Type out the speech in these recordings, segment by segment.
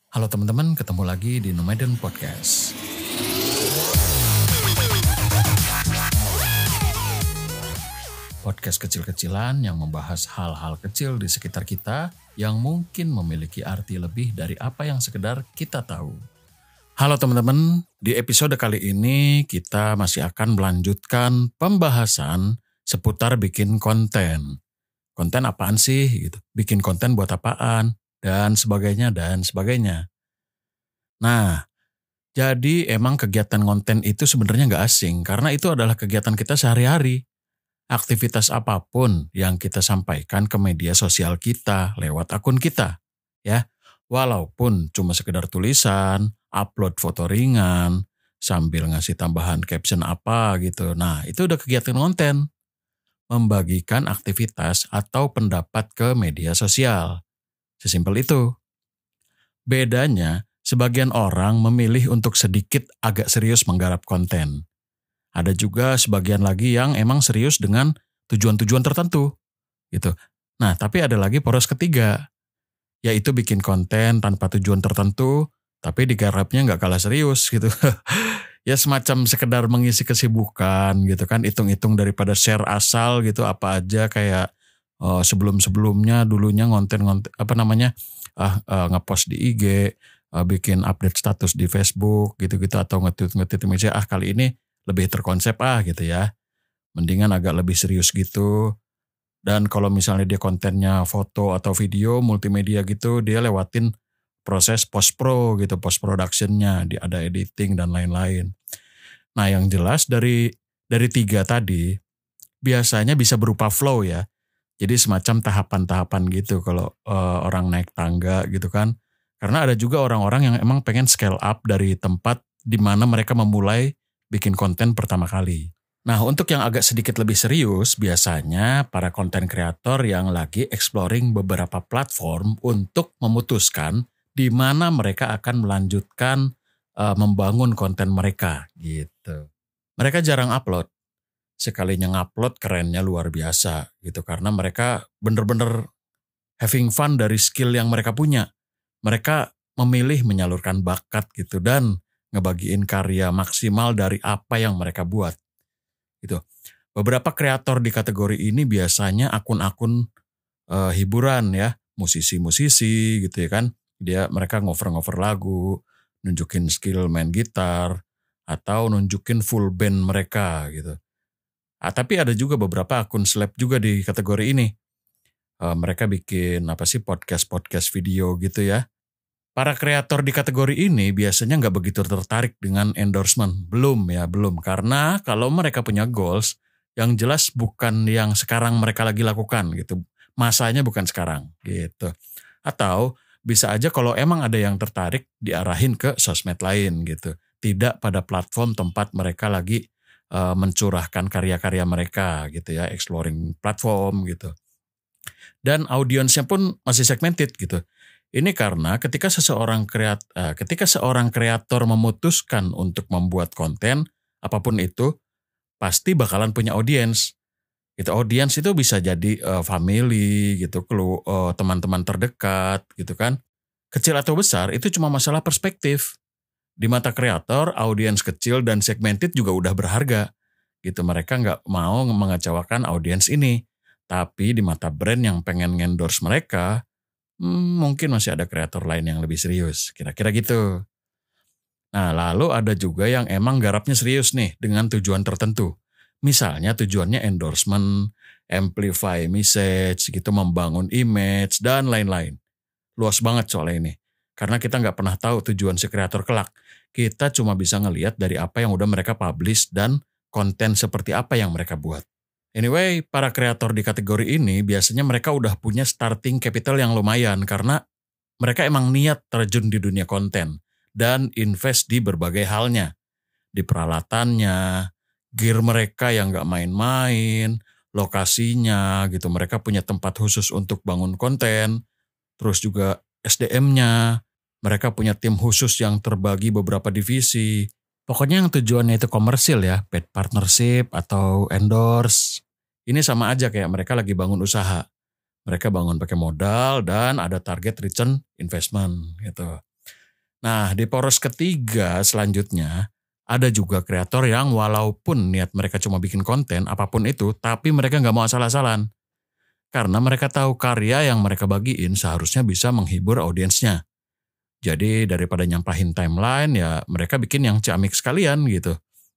Halo teman-teman, ketemu lagi di Nomaden Podcast. Podcast kecil-kecilan yang membahas hal-hal kecil di sekitar kita yang mungkin memiliki arti lebih dari apa yang sekedar kita tahu. Halo teman-teman, di episode kali ini kita masih akan melanjutkan pembahasan seputar bikin konten. Konten apaan sih? Gitu. Bikin konten buat apaan? Dan sebagainya, dan sebagainya. Nah, jadi emang kegiatan konten itu sebenarnya nggak asing karena itu adalah kegiatan kita sehari-hari. Aktivitas apapun yang kita sampaikan ke media sosial kita lewat akun kita, ya. Walaupun cuma sekedar tulisan, upload foto ringan, sambil ngasih tambahan caption apa gitu. Nah, itu udah kegiatan konten. Membagikan aktivitas atau pendapat ke media sosial. Sesimpel itu. Bedanya, sebagian orang memilih untuk sedikit agak serius menggarap konten. Ada juga sebagian lagi yang emang serius dengan tujuan-tujuan tertentu, gitu. Nah, tapi ada lagi poros ketiga, yaitu bikin konten tanpa tujuan tertentu, tapi digarapnya nggak kalah serius, gitu. Ya semacam sekedar mengisi kesibukan, gitu kan, hitung-hitung daripada share asal gitu, apa aja kayak sebelum-sebelumnya dulunya ngonten-ngonten, ngepost di IG, bikin update status di Facebook gitu-gitu atau nge-tweet misalnya kali ini lebih terkonsep gitu ya. Mendingan agak lebih serius gitu. Dan kalau misalnya dia kontennya foto atau video multimedia gitu, dia lewatin proses post pro gitu, post productionnya, ada editing dan lain-lain. Nah, yang jelas dari tiga tadi biasanya bisa berupa flow ya. Jadi semacam tahapan-tahapan gitu kalau orang naik tangga gitu kan. Karena ada juga orang-orang yang emang pengen scale up dari tempat di mana mereka memulai bikin konten pertama kali. Nah, untuk yang agak sedikit lebih serius, biasanya para konten kreator yang lagi exploring beberapa platform untuk memutuskan di mana mereka akan melanjutkan membangun konten mereka gitu. Mereka jarang upload. Sekalinya ngupload kerennya luar biasa gitu karena mereka bener-bener having fun dari skill yang mereka punya. Mereka memilih menyalurkan bakat gitu dan ngebagiin karya maksimal dari apa yang mereka buat gitu. Beberapa kreator di kategori ini biasanya akun-akun hiburan ya, musisi-musisi gitu ya kan. Mereka ngover-ngover lagu, nunjukin skill main gitar atau nunjukin full band mereka gitu. Tapi ada juga beberapa akun seleb juga di kategori ini. Mereka bikin podcast video gitu ya. Para kreator di kategori ini biasanya nggak begitu tertarik dengan endorsement. Belum. Karena kalau mereka punya goals, yang jelas bukan yang sekarang mereka lagi lakukan gitu. Masanya bukan sekarang gitu. Atau bisa aja kalau emang ada yang tertarik diarahin ke sosmed lain gitu. Tidak pada platform tempat mereka lagi mencurahkan karya-karya mereka gitu ya, exploring platform gitu. Dan audiensnya pun masih segmented gitu. Ini karena ketika seorang kreator memutuskan untuk membuat konten apapun itu pasti bakalan punya audiens. Gitu, audiens itu bisa jadi family gitu, teman-teman terdekat gitu kan. Kecil atau besar itu cuma masalah perspektif. Di mata kreator, audiens kecil dan segmented juga udah berharga. Gitu, mereka nggak mau mengecewakan audiens ini. Tapi di mata brand yang pengen ngendorse mereka, mungkin masih ada kreator lain yang lebih serius. Kira-kira gitu. Nah, lalu ada juga yang emang garapnya serius nih dengan tujuan tertentu. Misalnya tujuannya endorsement, amplify message, gitu, membangun image, dan lain-lain. Luas banget soal ini. Karena kita nggak pernah tahu tujuan si kreator kelak. Kita cuma bisa ngelihat dari apa yang udah mereka publish dan konten seperti apa yang mereka buat. Anyway, para kreator di kategori ini biasanya mereka udah punya starting capital yang lumayan karena mereka emang niat terjun di dunia konten dan invest di berbagai halnya. Di peralatannya, gear mereka yang nggak main-main, lokasinya gitu. Mereka punya tempat khusus untuk bangun konten, terus juga SDM-nya, mereka punya tim khusus yang terbagi beberapa divisi. Pokoknya yang tujuannya itu komersil ya, paid partnership atau endorse. Ini sama aja kayak mereka lagi bangun usaha. Mereka bangun pakai modal dan ada target return investment gitu. Nah, di poros ketiga selanjutnya, ada juga kreator yang walaupun niat mereka cuma bikin konten, apapun itu, tapi mereka nggak mau asal-asalan. Karena mereka tahu karya yang mereka bagiin seharusnya bisa menghibur audiensnya. Jadi daripada nyampahin timeline, ya mereka bikin yang ciamik sekalian gitu.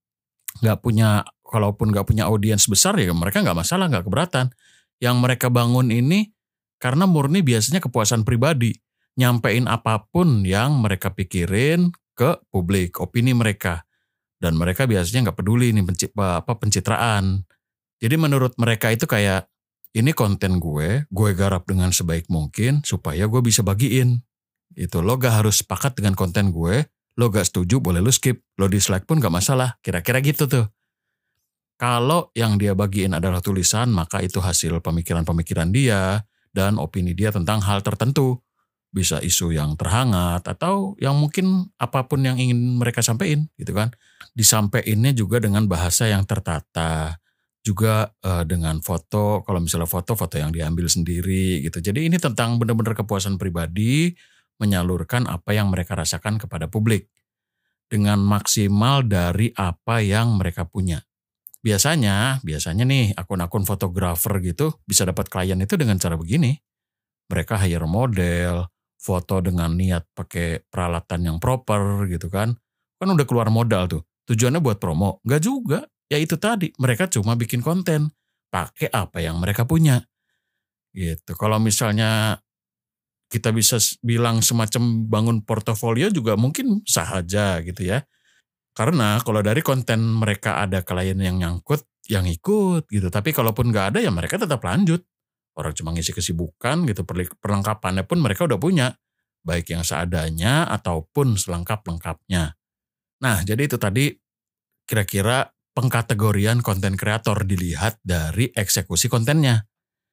Kalaupun nggak punya audiens besar ya mereka nggak masalah, nggak keberatan. Yang mereka bangun ini karena murni biasanya kepuasan pribadi. Nyampein apapun yang mereka pikirin ke publik, opini mereka. Dan mereka biasanya nggak peduli nih pencitraan. Jadi menurut mereka itu kayak, ini konten gue garap dengan sebaik mungkin supaya gue bisa bagiin. Itu lo gak harus sepakat dengan konten gue, lo gak setuju boleh lo skip, lo dislike pun gak masalah, kira-kira gitu tuh. Kalau yang dia bagiin adalah tulisan, maka itu hasil pemikiran-pemikiran dia dan opini dia tentang hal tertentu. Bisa isu yang terhangat atau yang mungkin apapun yang ingin mereka sampaikan gitu kan. Disampeinnya juga dengan bahasa yang tertata, juga dengan foto, kalau misalnya foto yang diambil sendiri gitu. Jadi ini tentang benar-benar kepuasan pribadi, menyalurkan apa yang mereka rasakan kepada publik dengan maksimal dari apa yang mereka punya. Biasanya nih akun-akun fotografer gitu bisa dapat klien itu dengan cara begini. Mereka hire model, foto dengan niat pakai peralatan yang proper gitu kan. Kan udah keluar modal tuh. Tujuannya buat promo. Enggak juga. Ya itu tadi, mereka cuma bikin konten. Pakai apa yang mereka punya. Gitu. Kalau misalnya kita bisa bilang semacam bangun portofolio juga mungkin sah aja gitu ya. Karena kalau dari konten mereka ada klien yang nyangkut, yang ikut gitu. Tapi kalaupun nggak ada ya mereka tetap lanjut. Orang cuma ngisi kesibukan gitu, perlengkapannya pun mereka udah punya. Baik yang seadanya ataupun selengkap-lengkapnya. Nah jadi itu tadi kira-kira pengkategorian konten kreator dilihat dari eksekusi kontennya.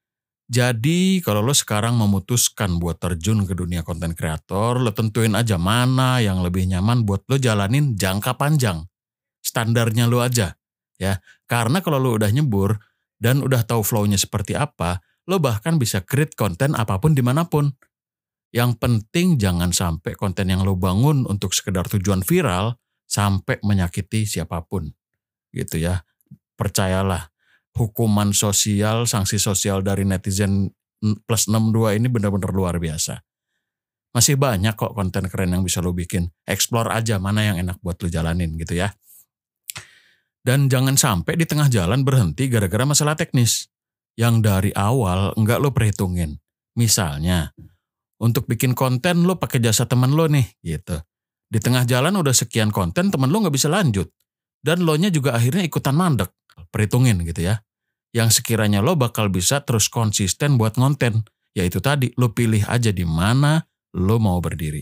Jadi kalau lo sekarang memutuskan buat terjun ke dunia konten kreator, lo tentuin aja mana yang lebih nyaman buat lo jalanin jangka panjang. Standarnya lo aja. Ya, karena kalau lo udah nyebur dan udah tahu flow-nya seperti apa, lo bahkan bisa create konten apapun dimanapun. Yang penting jangan sampai konten yang lo bangun untuk sekedar tujuan viral sampai menyakiti siapapun. Gitu ya. Percayalah. Hukuman sosial, sanksi sosial dari netizen plus 62 ini benar-benar luar biasa. Masih banyak kok konten keren yang bisa lo bikin. Explore aja mana yang enak buat lo jalanin gitu ya. Dan jangan sampai di tengah jalan berhenti gara-gara masalah teknis. Yang dari awal enggak lo perhitungin. Misalnya, untuk bikin konten lo pakai jasa temen lo nih gitu. Di tengah jalan udah sekian konten temen lo gak bisa lanjut. Dan lo nya juga akhirnya ikutan mandek. Perhitungin gitu ya. Yang sekiranya lo bakal bisa terus konsisten buat ngonten. Yaitu tadi, lo pilih aja di mana lo mau berdiri.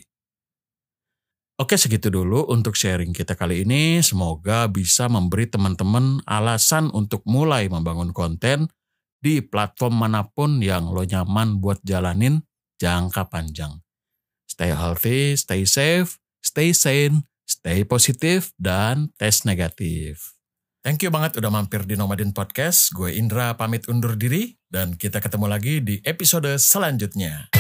Oke, segitu dulu untuk sharing kita kali ini. Semoga bisa memberi teman-teman alasan untuk mulai membangun konten di platform manapun yang lo nyaman buat jalanin jangka panjang. Stay healthy, stay safe, stay sane, stay positif, dan tes negatif. Thank you banget udah mampir di Nomadin Podcast. Gue Indra pamit undur diri dan kita ketemu lagi di episode selanjutnya.